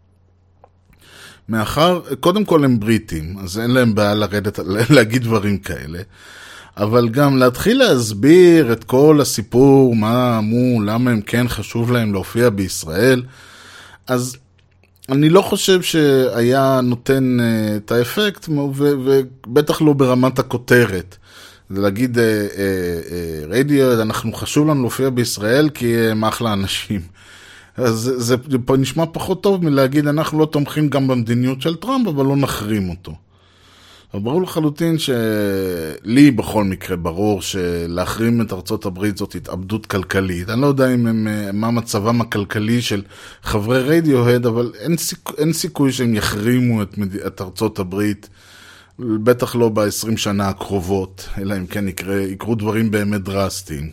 מאחר, קודם כל הם בריטים, אז אין להם בעיה להגיד דברים כאלה, אבל גם להתחיל להסביר את כל הסיפור, מה אמרו, למה הם כן חשוב להם להופיע בישראל, אז אני לא חושב שהיה נותן את האפקט, ובטח לא ברמת הכותרת. זה להגיד, רדיו, אנחנו חשוב לנו להופיע בישראל כי הם אחלה אנשים. אז זה נשמע פחות טוב מלהגיד, אנחנו לא תומכים גם במדיניות של טראמפ, אבל לא נחרים אותו. אבל ברור לחלוטין שלי בכל מקרה ברור שלהחרים את ארצות הברית זאת התאבדות כלכלית. אני לא יודע מה מצבם הכלכלי של חברי רדיוהד, אבל אין סיכוי שהם יחרימו את ארצות הברית, בטח לא ב-20 שנה הקרובות, אלא אם כן יקרו דברים באמת דרסטיים.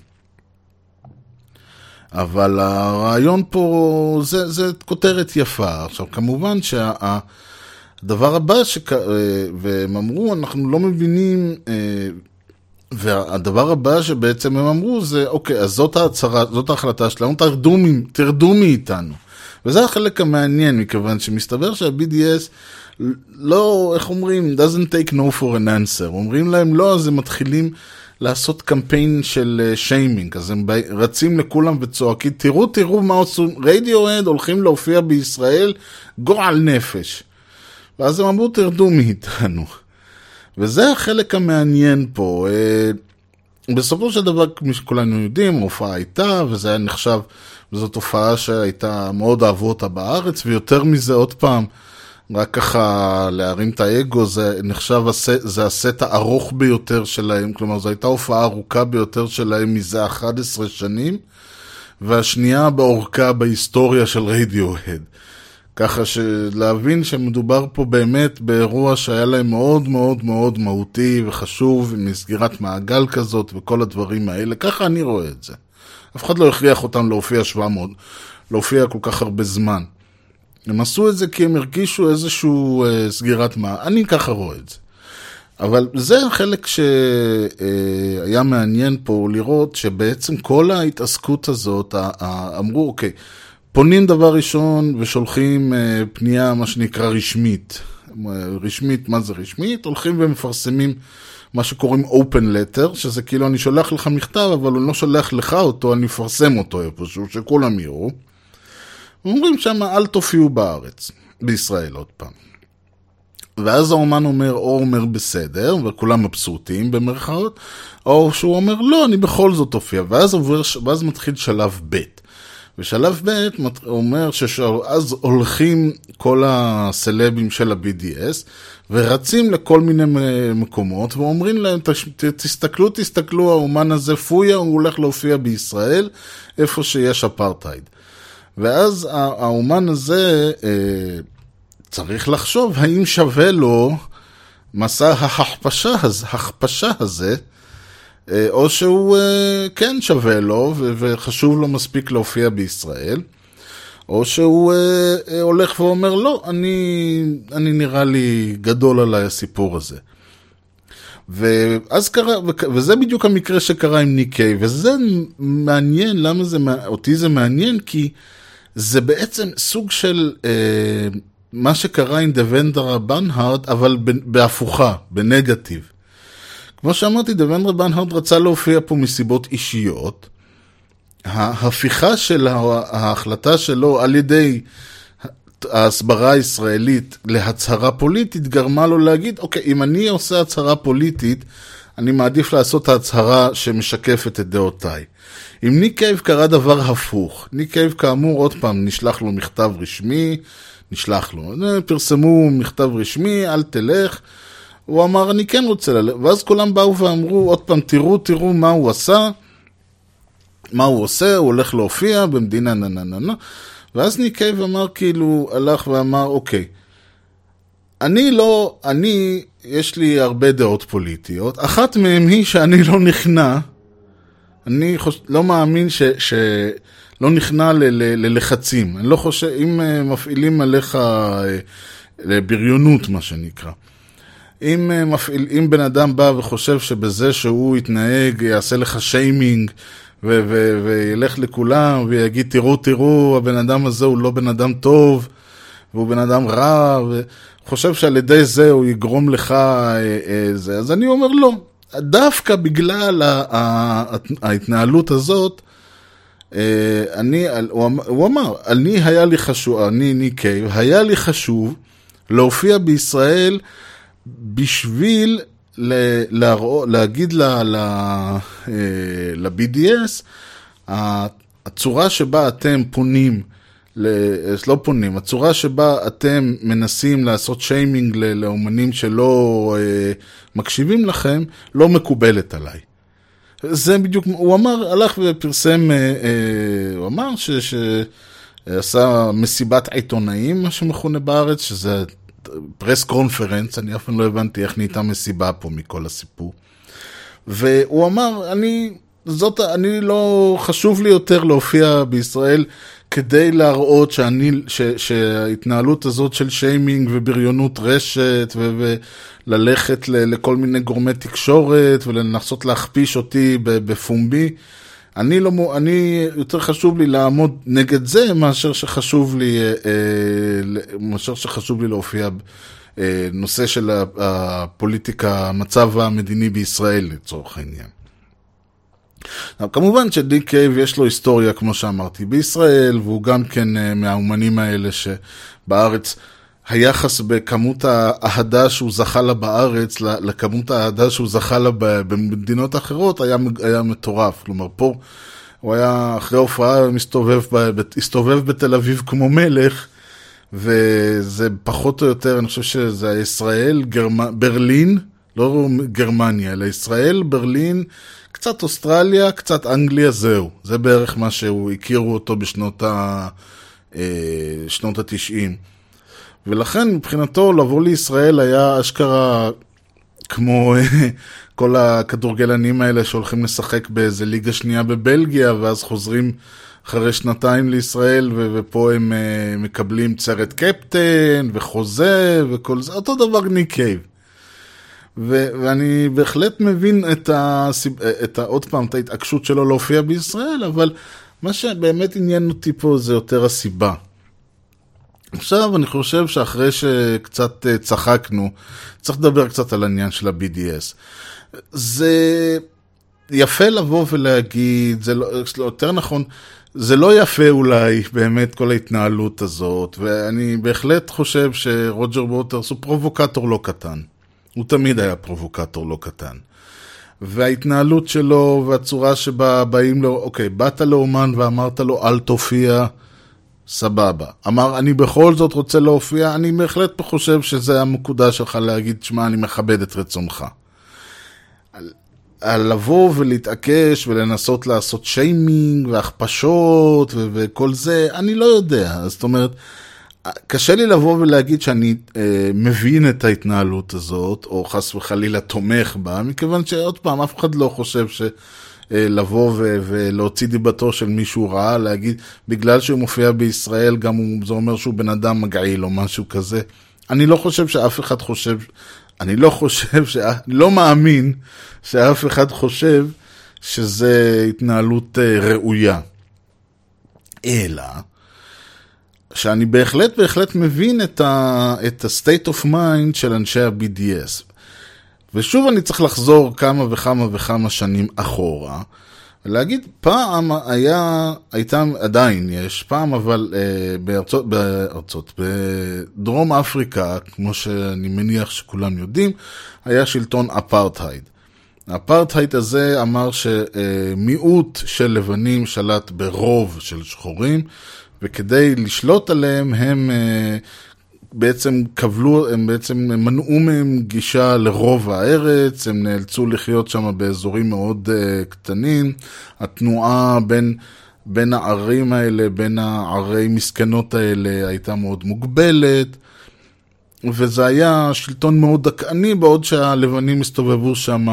אבל הרעיון פה זה כותרת יפה. עכשיו כמובן הדבר הבא והם אמרו, אנחנו לא מבינים, והדבר הבא שבעצם הם אמרו זה, אוקיי, אז זאת ההצהרה, זאת ההחלטה שלנו, תרדו מאיתנו. וזה החלק המעניין, מכיוון שמסתבר שה-BDS לא, איך אומרים, doesn't take no for an answer. אומרים להם לא, אז הם מתחילים לעשות קמפיין של שיימינג, אז הם רצים לכולם וצועקים, תראו מה עושים, רדיוהד הולכים להופיע בישראל, גועל נפש. ואז הם אמרו, תרדו מאיתנו. וזה החלק המעניין פה. בסופו של דבר, כמו שכולנו יודעים, ההופעה הייתה, וזה היה נחשב, וזאת הופעה שהייתה מאוד אהבו אותה בארץ, ויותר מזה עוד פעם, רק ככה להרים את האגו, זה נחשב, זה הסט הארוך ביותר שלהם, כלומר, זו הייתה הופעה ארוכה ביותר שלהם מזה 11 שנים, והשנייה באורכה בהיסטוריה של רדיוהד. ככה שלהבין שמדובר פה באמת באירוע שהיה להם מאוד מאוד מאוד מהותי וחשוב, עם סגירת מעגל כזאת וכל הדברים האלה, ככה אני רואה את זה. אף אחד לא הכריח אותם להופיע כל כך הרבה זמן. הם עשו את זה כי הם הרגישו איזשהו סגירת מעגל, אני ככה רואה את זה. אבל זה החלק שהיה מעניין פה לראות שבעצם כל ההתעסקות הזאת, אמרו אוקיי, פונים דבר ראשון ושולחים פנייה מה שנקרא רשמית. רשמית, מה זה רשמית? הולכים ומפרסמים מה שקוראים open letter, שזה כאילו אני שולח לך מכתב, אבל הוא לא שולח לך אותו, אני מפרסם אותו איפשהו, שכולם יראו. אומרים שם, אל תופיעו בארץ, בישראל עוד פעם. ואז האומן אומר, או אומר בסדר, וכולם מבסוטים במרכאות, או שהוא אומר, לא, אני בכל זאת תופיע. ואז מתחיל שלב ב'. ושלב ב' אומר שאז הולכים כל הסלבים של ה-BDS ורצים לכל מיני מקומות ואומרים להם, תסתכלו, האומן הזה פויה, הוא הולך להופיע בישראל איפה שיש אפרטייד. ואז האומן הזה צריך לחשוב האם שווה לו מסע ההכפשה הזה, או שהוא כן שווה לו וחשוב לו מספיק להופיע בישראל, או שהוא הולך ואומר לא, אני נראה לי גדול עליי הסיפור הזה. ואז קרה, וזה בדיוק המקרה שקרה עם ניק קייב, וזה מעניין, למה אותי זה מעניין? כי זה בעצם סוג של מה שקרה עם דוונדר בנהרד, אבל בהפוכה, בנגטיב. כמו שאמרתי, דוונדר בנהרד רצה להופיע פה מסיבות אישיות. ההפיכה של ההחלטה שלו על ידי ההסברה הישראלית להצהרה פוליטית גרמה לו להגיד, אוקיי, אם אני עושה הצהרה פוליטית, אני מעדיף לעשות ההצהרה שמשקפת את דעותיי. עם ניק קייב קרה דבר הפוך. ניק קייב כאמור עוד פעם נשלח לו מכתב רשמי, פרסמו מכתב רשמי, אל תלך. הוא אמר, אני כן רוצה ללכת. ואז כולם באו ואמרו, עוד פעם, תראו מה הוא עשה, מה הוא עושה, הוא הולך להופיע במדינה נננננה. ואז ניק קייב אמר, כאילו, הלך ואמר, אוקיי, יש לי הרבה דעות פוליטיות, אחת מהן היא שאני לא נכנע, אני לא מאמין שלא נכנע ללחצים. אני לא חושב, אם מפעילים עליך לבריונות, מה שנקרא. אם בן אדם בא וחושב שבזה שהוא יתנהג, יעשה לך שיימינג, וילך לכולם, ויגיד, תראו, הבן אדם הזה הוא לא בן אדם טוב, והוא בן אדם רע, וחושב שעל ידי זה הוא יגרום לך זה. אז אני אומר לא. דווקא בגלל ההתנהלות הזאת, הוא אמר, ניק קייב, היה לי חשוב להופיע בישראל בשביל להגיד ל-BDS, הצורה שבה אתם פונים לא פונים, הצורה שבה אתם מנסים לעשות שיימינג לאומנים שלא מקשיבים לכם, לא מקובלת עליי. זה בדיוק, הוא אמר, הלך ופרסם, הוא אמר שעשה מסיבת עיתונאים, מה שמכונה בארץ, שזה פרס קונפרנס, אני אף פעם לא הבנתי איך נהייתה מסיבה פה מכל הסיפור. והוא אמר, אני לא חשוב לי יותר להופיע בישראל, כדי להראות שההתנהלות הזאת של שיימינג ובריונות רשת וללכת לכל מיני גורמי תקשורת ולנסות להכפיש אותי בפומבי, יותר חשוב לי לעמוד נגד זה מאשר שחשוב לי להופיע נושא של הפוליטיקה, המצב המדיני בישראל לצורך העניין. כמובן שדיק קייב יש לו היסטוריה כמו שאמרתי בישראל, והוא גם כן מהאומנים האלה שבארץ היחס בכמות האהדה שהוא זכה לה בארץ לכמות האהדה שהוא זכה לה במדינות אחרות היה מטורף. כלומר פה הוא היה אחרי הופעה הסתובב בתל אביב כמו מלך, וזה פחות או יותר, אני חושב שזה ישראל, ברלין, לא גרמניה, אלא ישראל, ברלין, קצת אוסטרליה, קצת אנגליה, זהו. זה בערך מה שהוא הכירו אותו בשנות ה-90. ולכן מבחינתו לבוא לישראל היה אשכרה כמו כל הכדורגלנים האלה שהולכים לשחק באיזה ליגה שנייה בבלגיה, ואז חוזרים אחרי שנתיים לישראל, ופה הם מקבלים צרת קפטן וחוזה וכל זה. אותו דבר ניק קייב. ואני בהחלט מבין עוד פעם את ההתעקשות שלו להופיע בישראל, אבל מה שבאמת עניין אותי פה זה יותר הסיבה. עכשיו אני חושב שאחרי שקצת צחקנו, צריך לדבר קצת על העניין של ה-BDS. זה יפה לבוא ולהגיד, זה לא, יותר נכון, זה לא יפה אולי באמת כל ההתנהלות הזאת, ואני בהחלט חושב שרוג'ר ווטרס הוא פרובוקטור לא קטן. הוא תמיד היה פרובוקטור לא קטן. וההתנהלות שלו והצורה שבה באים לו, אוקיי, באת לאומן ואמרת לו אל תופיע, סבבה. אמר, אני בכל זאת רוצה להופיע, אני בהחלט חושב שזה המקודה שלך להגיד, שמה, אני מכבד את רצונך. על לבוא ולהתעקש ולנסות לעשות שיימינג והכפשות וכל זה, אני לא יודע. זאת אומרת, קשה לי לבוא ולהגיד שאני מבין את ההתנהלות הזאת, או חס וחלילה תומך בה, מכיוון שעוד פעם, אף אחד לא חושב לבוא ולהוציא דיבתו של מישהו רע, להגיד, בגלל שהוא מופיע בישראל, גם זה אומר שהוא בן אדם מגעיל או משהו כזה. אני לא חושב שאף אחד חושב, אני לא מאמין שאף אחד חושב שזה התנהלות ראויה. אלא, שאני בהחלט מבין את ה-state of mind של אנשי ה-BDS. ושוב אני צריך לחזור כמה וכמה שנים אחורה, ולהגיד, פעם עדיין יש, פעם אבל בדרום אפריקה, כמו שאני מניח שכולם יודעים, היה שלטון אפרטהייד. האפרטהייד הזה אמר שמיעוט של לבנים שלט ברוב של שחורים, וכדי לשלוט עליהם הם בעצם מנעו מהם גישה לרוב הארץ, הם נאלצו לחיות שם באזורים מאוד קטנים, התנועה בין הערים האלה, בין הערי מסכנות האלה הייתה מאוד מוגבלת, וזה היה שלטון מאוד דכאני, בעוד שהלבנים הסתובבו שם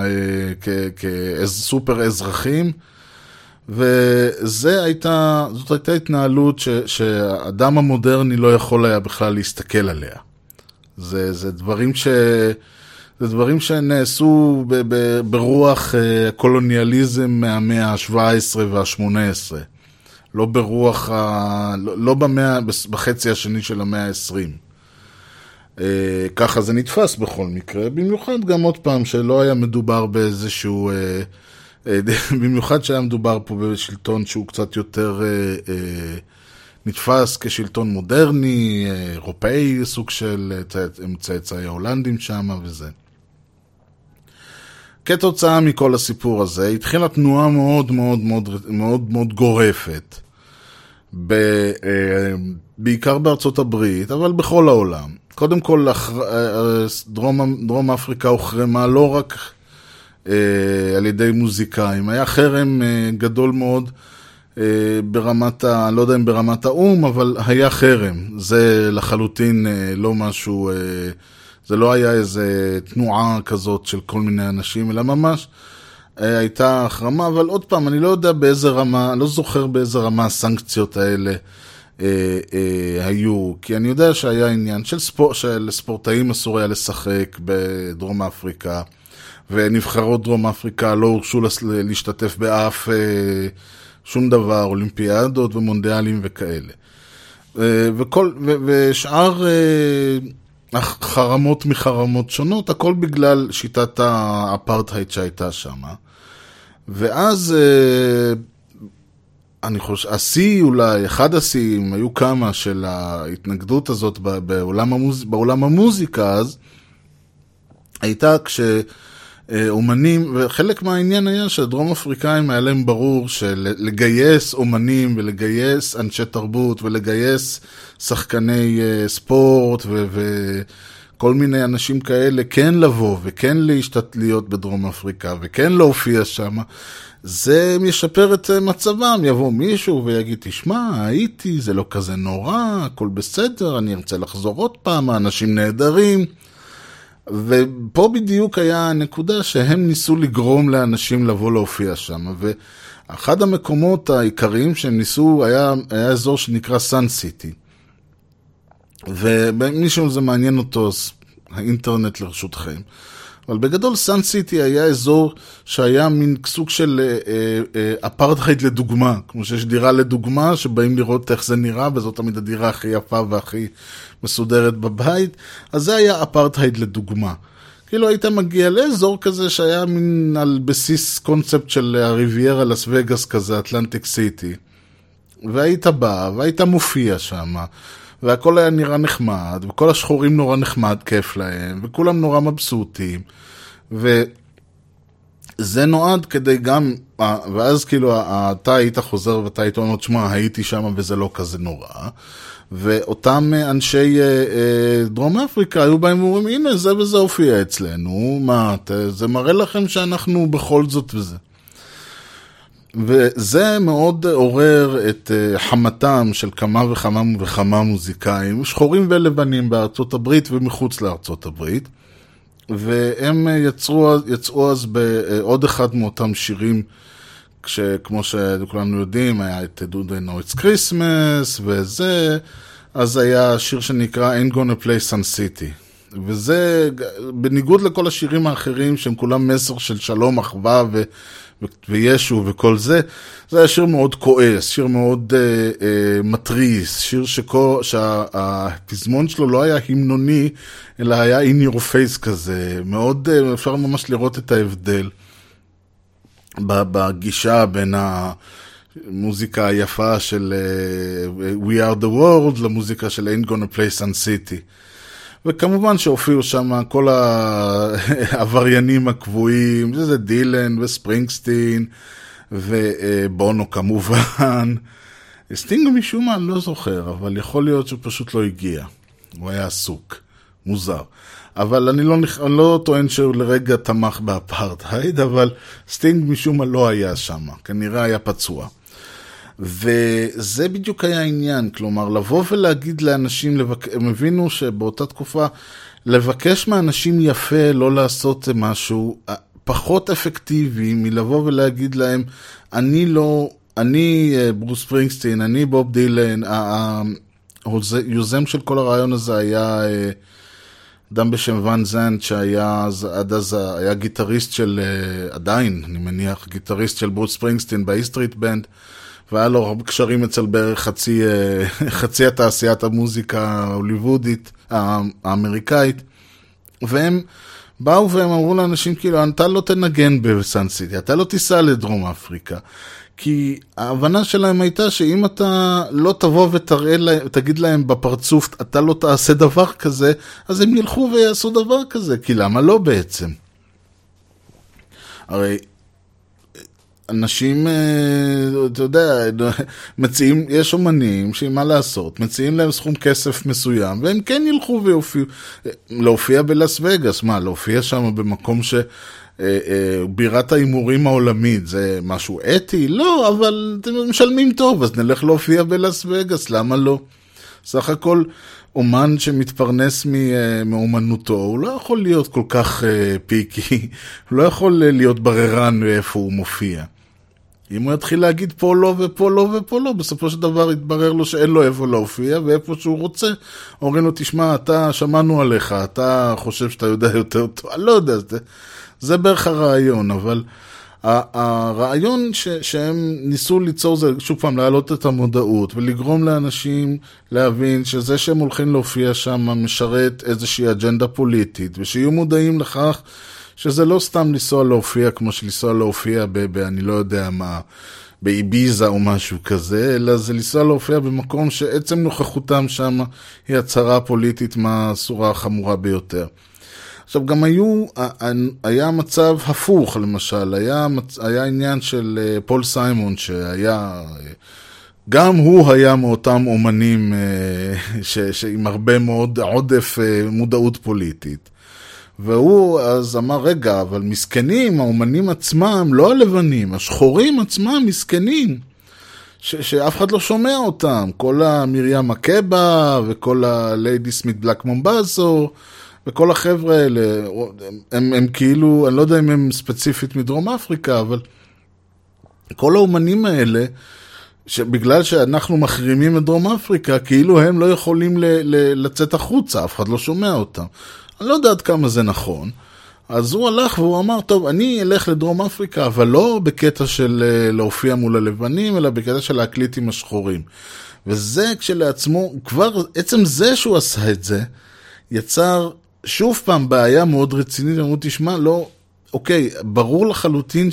כסופר אזרחים, זאת הייתה התנהלות שהאדם המודרני לא יכול היה בכלל להסתכל עליה. זה דברים שנעשו ברוח הקולוניאליזם מהמאה ה-17 וה-18. לא ברוח, לא בחצי השני של המאה ה-20. ככה זה נתפס בכל מקרה, במיוחד גם עוד פעם שלא היה מדובר באיזשהו, במיוחד שהיה מדובר פה בשלטון שהוא קצת יותר נתפס כשלטון מודרני, אירופאי, סוג של צאצאי ההולנדים שם וזה. כתוצאה מכל הסיפור הזה, התחילה תנועה מאוד מאוד מאוד מאוד מאוד גורפת בעיקר בארצות הברית, אבל בכל העולם. קודם כל, דרום אפריקה הוחרמה לא רק על ידי מוזיקאים, היה חרם גדול מאוד ברמת, לא יודע אם ברמת האום, אבל היה חרם. זה לחלוטין לא משהו, זה לא היה איזה תנועה כזאת של כל מיני אנשים, אלא ממש הייתה החרמה, אבל עוד פעם, אני לא יודע באיזה רמה, לא זוכר באיזה רמה הסנקציות האלה היו, כי אני יודע שהיה עניין של ספורטאים אסור היה לשחק בדרום אפריקה, ונבחרות דרום אפריקה לא הורשו להשתתף באף שום דבר, אולימפיאדות ומונדיאלים וכאלה. ושאר חרמות מחרמות שונות, הכל בגלל שיטת האפרטהייד שהייתה שם. ואז אני חושב, השיא אולי, אחד השיאים, היו כמה של ההתנגדות הזאת בעולם המוזיקה אז, הייתה אומנים, וחלק מהעניין היה שדרום אפריקאים היה להם ברור שלגייס אומנים ולגייס אנשי תרבות ולגייס שחקני ספורט וכל מיני אנשים כאלה כן לבוא וכן להיות בדרום אפריקה וכן להופיע שם, זה משפר את מצבם. יבוא מישהו ויגיד, תשמע, הייתי, זה לא כזה נורא, הכל בסדר, אני ארצה לחזור עוד פעם, האנשים נהדרים. ופה בדיוק היה הנקודה שהם ניסו לגרום לאנשים לבוא להופיע שם, ואחד המקומות העיקריים שהם ניסו היה אזור שנקרא סן סיטי, ומישהו זה מעניין אותו, האינטרנט לרשותכם, אבל בגדול סן סיטי היה אזור שהיה מין סוג של אפרטהייד לדוגמה, כמו שיש דירה לדוגמה שבאים לראות איך זה נראה, וזאת תמיד הדירה הכי יפה והכי מסודרת בבית, אז זה היה אפרטהייד לדוגמה. כאילו היית מגיע לאזור כזה שהיה מין על בסיס קונספט של הריביירה לס וגאס כזה, אטלנטיק סיטי, והיית בא והיית מופיע שם, והכל היה נראה נחמד, וכל השחורים נורא נחמד, כיף להם, וכולם נורא מבסוטים, וזה נועד כדי גם, ואז כאילו אתה היית חוזר ואתה היית אומר, תשמע, הייתי שם וזה לא כזה נורא, ואותם אנשי דרום אפריקה היו בהם ואומרים, הנה זה וזה הופיע אצלנו, מה, זה מראה לכם שאנחנו בכל זאת וזה. וזה מאוד עורר את חמתם של כמה וכמה מוזיקאים, שחורים ולבנים בארצות הברית ומחוץ לארצות הברית, והם יצאו אז בעוד אחד מאותם שירים, כמו שכולנו יודעים, היה את Do They Know It's Christmas, וזה, אז היה שיר שנקרא Ain't Gonna Play Sun City, וזה בניגוד לכל השירים האחרים שהם כולם מסר של שלום, אחווה וישו וכל זה, זה היה שיר מאוד כועס, שיר מאוד מטריס, שיר שהפזמון שלו לא היה המנוני, אלא היה in your face כזה, מאוד אפשר ממש לראות את ההבדל בגישה בין המוזיקה היפה של We Are The World למוזיקה של Ain't Gonna Play Sun City. וכמובן שהופיעו שם כל העבריינים הקבועים, זה דילן וספרינגסטין ובונו כמובן. סטינג משום מה, אני לא זוכר, אבל יכול להיות שהוא פשוט לא הגיע. הוא היה עסוק, מוזר. אבל אני לא טוען שהוא לרגע תמך באפרטהייד, אבל סטינג משום מה לא היה שם, כנראה היה פצוע. וזה בדיוק היה העניין, כלומר, לבוא ולהגיד לאנשים, הם הבינו שבאותה תקופה, לבקש מאנשים יפה לא לעשות משהו פחות אפקטיבי, מלבוא ולהגיד להם, אני ברוס ספרינגסטין, אני בוב דילן, היוזם של כל הרעיון הזה היה אדם בשם ון זנט, שהיה עד אז היה גיטריסט של, עדיין, אני מניח, גיטריסט של ברוס ספרינגסטין באיסטריט בנד, והיה לו קשרים אצל בערך חצי התעשיית המוזיקה ההוליוודית, האמריקאית, והם באו והם אמרו לאנשים כאילו, אתה לא תנגן בסן סיטי, אתה לא תיסע לדרום אפריקה, כי ההבנה שלהם הייתה שאם אתה לא תבוא ותגיד להם בפרצוף, אתה לא תעשה דבר כזה, אז הם ילכו ויעשו דבר כזה, כי למה לא בעצם? הרי אנשים, אתה יודע, מציעים, יש אומנים שמה לעשות, מציעים להם סכום כסף מסוים, והם כן ילכו ויופיעו, להופיע בלאס וגאס, מה, להופיע שם במקום בירת האימורים העולמית, זה משהו אתי? לא, אבל אתם משלמים טוב, אז נלך להופיע בלאס וגאס, למה לא? סך הכל, אומן שמתפרנס מאומנותו, הוא לא יכול להיות כל כך פיקי, הוא לא יכול להיות בררן איפה הוא מופיע. אם הוא יתחיל להגיד פה לא ופה לא ופה לא, בסופו של דבר יתברר לו שאין לו איפה להופיע, ואיפה שהוא רוצה, אומרים לו, תשמע, אתה שמענו עליך, אתה חושב שאתה יודע יותר טוב, אני לא יודע, זה בערך הרעיון, אבל הרעיון שהם ניסו ליצור זה, שוב פעם, להעלות את המודעות, ולגרום לאנשים להבין שזה שהם הולכים להופיע שם משרת איזושהי אג'נדה פוליטית, ושיהיו מודעים לכך שזה לא סתם לנסוע להופיע כמו שלנסוע להופיע אני לא יודע מה, באיביזה או משהו כזה, אלא זה לנסוע להופיע במקום שעצם נוכחותם שם היא הצהרה פוליטית מהסורה החמורה ביותר. עכשיו גם היה מצב הפוך למשל, היה עניין של פול סיימון שהיה, גם הוא היה מאותם אומנים עם הרבה מאוד עודף מודעות פוליטית. והוא אז אמר, רגע, אבל מסכנים, האומנים עצמם, לא הלבנים, השחורים עצמם מסכנים, שאף אחד לא שומע אותם, כל המרים מקבה וכל הליידי סמית בלק מומבאזו, וכל החבר'ה האלה, הם כאילו, אני לא יודע אם הם ספציפית מדרום אפריקה, אבל כל האומנים האלה, שבגלל שאנחנו מחרימים את דרום אפריקה, כאילו הם לא יכולים לצאת החוצה, אף אחד לא שומע אותם. אני לא יודעת כמה זה נכון. אז הוא הלך והוא אמר, טוב, אני אלך לדרום אפריקה, אבל לא בקטע של להופיע מול הלבנים, אלא בקטע של להקליט עם השחורים. וזה כשלעצמו, כבר עצם זה שהוא עשה את זה, יצר שוב פעם בעיה מאוד רצינית, אמרו, תשמע, לא, אוקיי, ברור לחלוטין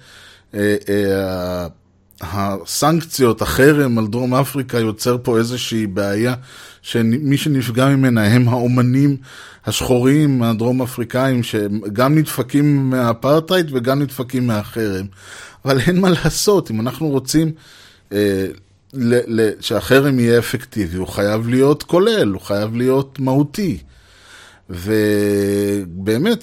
הסנקציות, החרם על דרום אפריקה יוצר פה איזושהי בעיה, שמי שנפגע ממנה הם האומנים השחורים, הדרום אפריקאים, שגם נדפקים מהאפרטהייד וגם נדפקים מהחרם. אבל אין מה לעשות, אם אנחנו רוצים שהחרם יהיה אפקטיבי, הוא חייב להיות כולל, הוא חייב להיות מהותי. ובאמת,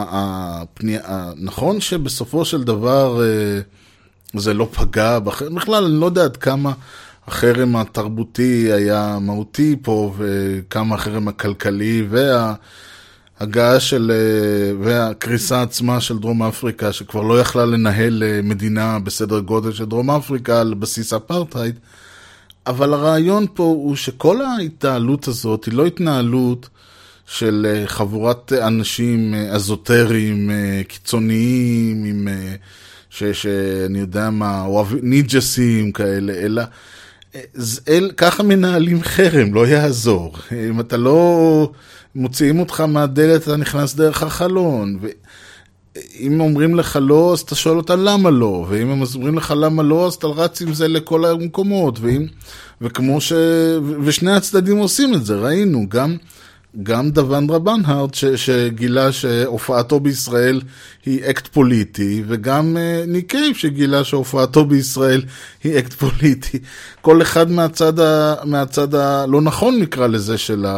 נכון שבסופו של דבר זה לא פגע בחרם, בכלל אני לא יודע עד כמה החרם התרבותי היה מהותי פה, וכמה החרם הכלכלי וההגעה של, והקריסה עצמה של דרום אפריקה, שכבר לא יכלה לנהל מדינה בסדר גודל של דרום אפריקה על בסיס אפרטהייד. אבל הרעיון פה הוא שכל ההתנהלות הזאת היא לא התנהלות של חבורת אנשים אזוטריים, קיצוניים, עם שאני יודע מה, ניג'סים כאלה, אלא ככה מנהלים חרם, לא יעזור. אם אתה לא מוציאים אותך מהדלת, אתה נכנס דרך החלון. ואם אומרים לך לא, אז אתה שואל אותם למה לא. ואם הם אומרים לך למה לא, אז אתה רץ עם זה לכל המקומות. ושני הצדדים עושים את זה, ראינו. גם דוונדרה בנהרד שגילה שהופעתו בישראל היא אקט פוליטי, וגם ניק קייב שגילה שהופעתו בישראל היא אקט פוליטי. כל אחד מהצד הלא נכון נקרא לזה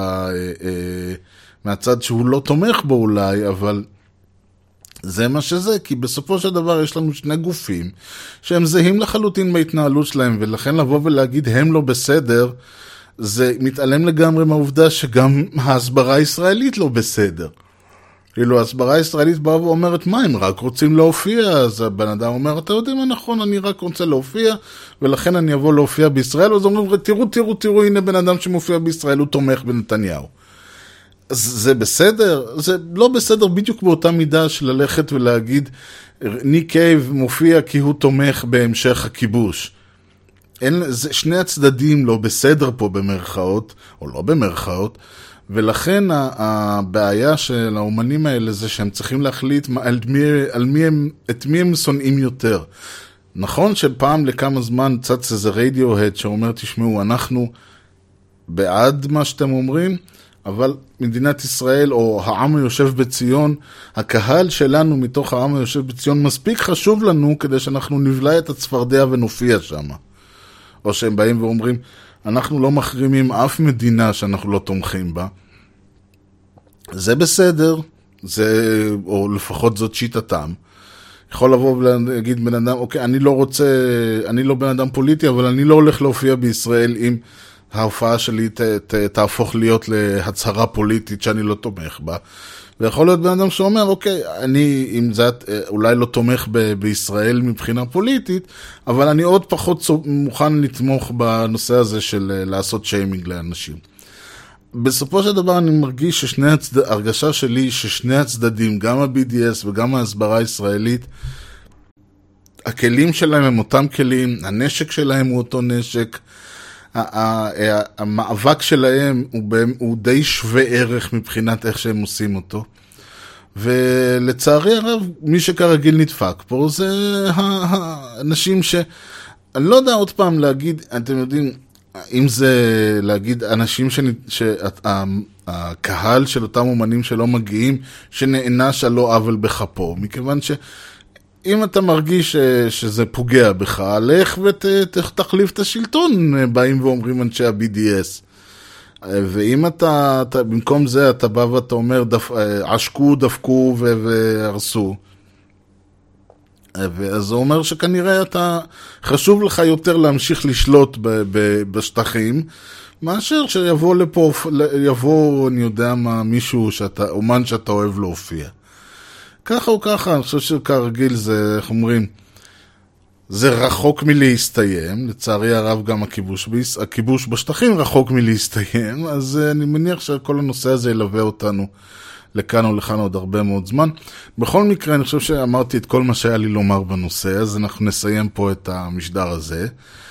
מהצד שהוא לא תומך בו אולי, אבל זה מה שזה, כי בסופו של דבר יש לנו שני גופים שהם זהים לחלוטין בהתנהלות שלהם, ולכן לבוא ולהגיד הם לא בסדר, זה מתעלם לגמרי מהעובדה שגם ההסברה הישראלית לא בסדר. כאילו, ההסברה הישראלית באה ואומרת, מה, הם רק רוצים להופיע? אז הבן אדם אומר, אתה יודע מה נכון, אני רק רוצה להופיע, ולכן אני אבוא להופיע בישראל, אז אומרים, תראו, הנה בן אדם שמופיע בישראל, הוא תומך בנתניהו. אז זה בסדר? זה לא בסדר בדיוק באותה מידה של ללכת ולהגיד, ניק קייב מופיע כי הוא תומך בהמשך הכיבוש. שני הצדדים לא בסדר פה במרכאות, או לא במרכאות, ולכן הבעיה של האומנים האלה זה שהם צריכים להחליט את מי הם שונאים יותר. נכון שפעם לכמה זמן צץ איזה רדיוהד שאומר, תשמעו, אנחנו בעד מה שאתם אומרים, אבל מדינת ישראל או העם היושב בציון, הקהל שלנו מתוך העם היושב בציון מספיק חשוב לנו כדי שאנחנו נבלע את הצפרדע ונופיע שם. או שהם באים ואומרים, אנחנו לא מחרימים אף מדינה שאנחנו לא תומכים בה. זה בסדר, או לפחות זאת שיטתם. יכול לבוא ולהגיד בן אדם, אוקיי, אני לא בן אדם פוליטי, אבל אני לא הולך להופיע בישראל אם ההופעה שלי תהפוך להיות להצהרה פוליטית שאני לא תומך בה. ויכול להיות בן אדם שאומר, אוקיי, אני עם זה אולי לא תומך בישראל מבחינה פוליטית, אבל אני עוד פחות מוכן לתמוך בנושא הזה של לעשות שיימינג לאנשים. בסופו של דבר אני מרגיש הרגשה שלי ששני הצדדים, גם ה-BDS וגם ההסברה הישראלית, הכלים שלהם הם אותם כלים, הנשק שלהם הוא אותו נשק, המאבק שלהם הוא די שווה ערך מבחינת איך שהם עושים אותו. ולצערי הרב, מי שכרגיל נדפק פה זה האנשים אני לא יודע עוד פעם להגיד, אתם יודעים, אם זה להגיד אנשים שהקהל של אותם אומנים שלא מגיעים, שנענש על לא עוול בכפו, מכיוון שאם אתה מרגיש שזה פוגע בך, לך ותחליף את השלטון, באים ואומרים אנשי ה-BDS. ואם אתה במקום זה אתה בא ואתה אומר, עשקו, דפקו והרסו, אז זה אומר שכנראה חשוב לך יותר להמשיך לשלוט בשטחים, מאשר שיבוא לפה, אני יודע מה, מישהו אומן שאתה אוהב להופיע. ככה או ככה, אני חושב שכרגיל זה, איך אומרים, זה רחוק מלהסתיים, לצערי הרב גם הכיבוש בשטחים רחוק מלהסתיים, אז אני מניח שכל הנושא הזה ילווה אותנו לכאן או לכאן עוד הרבה מאוד זמן. בכל מקרה, אני חושב שאמרתי את כל מה שהיה לי לומר בנושא, אז אנחנו נסיים פה את המשדר הזה.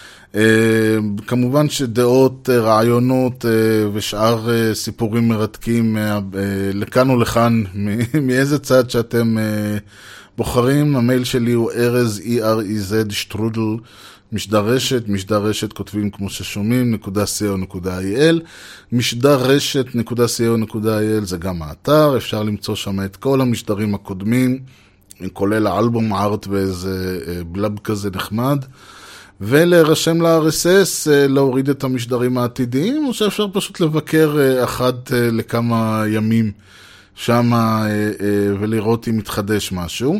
כמובן שדעות, רעיונות ושאר סיפורים מרתקים לכאן או לכאן, מאיזה צד שאתם בוחרים. המייל שלי הוא ארז, EREZ, שטרודל, משדרשת, כותבים כמו ששומעים, .co.il, משדרשת.co.il, זה גם האתר, אפשר למצוא שם את כל המשדרים הקודמים, כולל האלבום ארט ואיזה בלב כזה נחמד, ולהירשם ל-RSS, להוריד את המשדרים העתידיים, או שאפשר פשוט לבקר אחת לכמה ימים שם ולראות אם מתחדש משהו.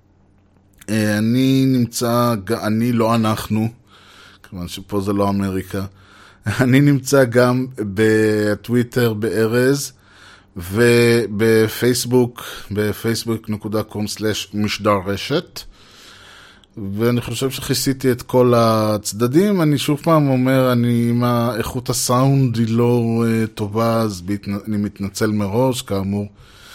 לא אנחנו, כיוון שפה זה לא אמריקה, אני נמצא גם בטוויטר בארז, ובפייסבוק, בפייסבוק.com/משדרשת, ואני חושב שכיסיתי את כל הצדדים. אני שוב פעם אומר, אם איכות הסאונד היא לא טובה, אז אני מתנצל מראש, כאמור.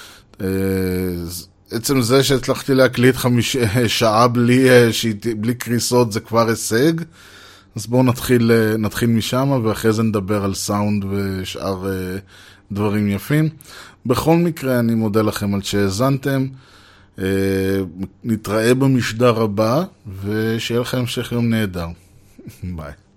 עצם זה שהצלחתי להקליט שעה בלי קריסות זה כבר הישג, אז בואו נתחיל משם, ואחרי זה נדבר על סאונד ושאר דברים יפים. בכל מקרה, אני מודה לכם על שהאזנתם, נתראה במשדר הבא, ושיהיה לכם המשך יום נהדר. ביי.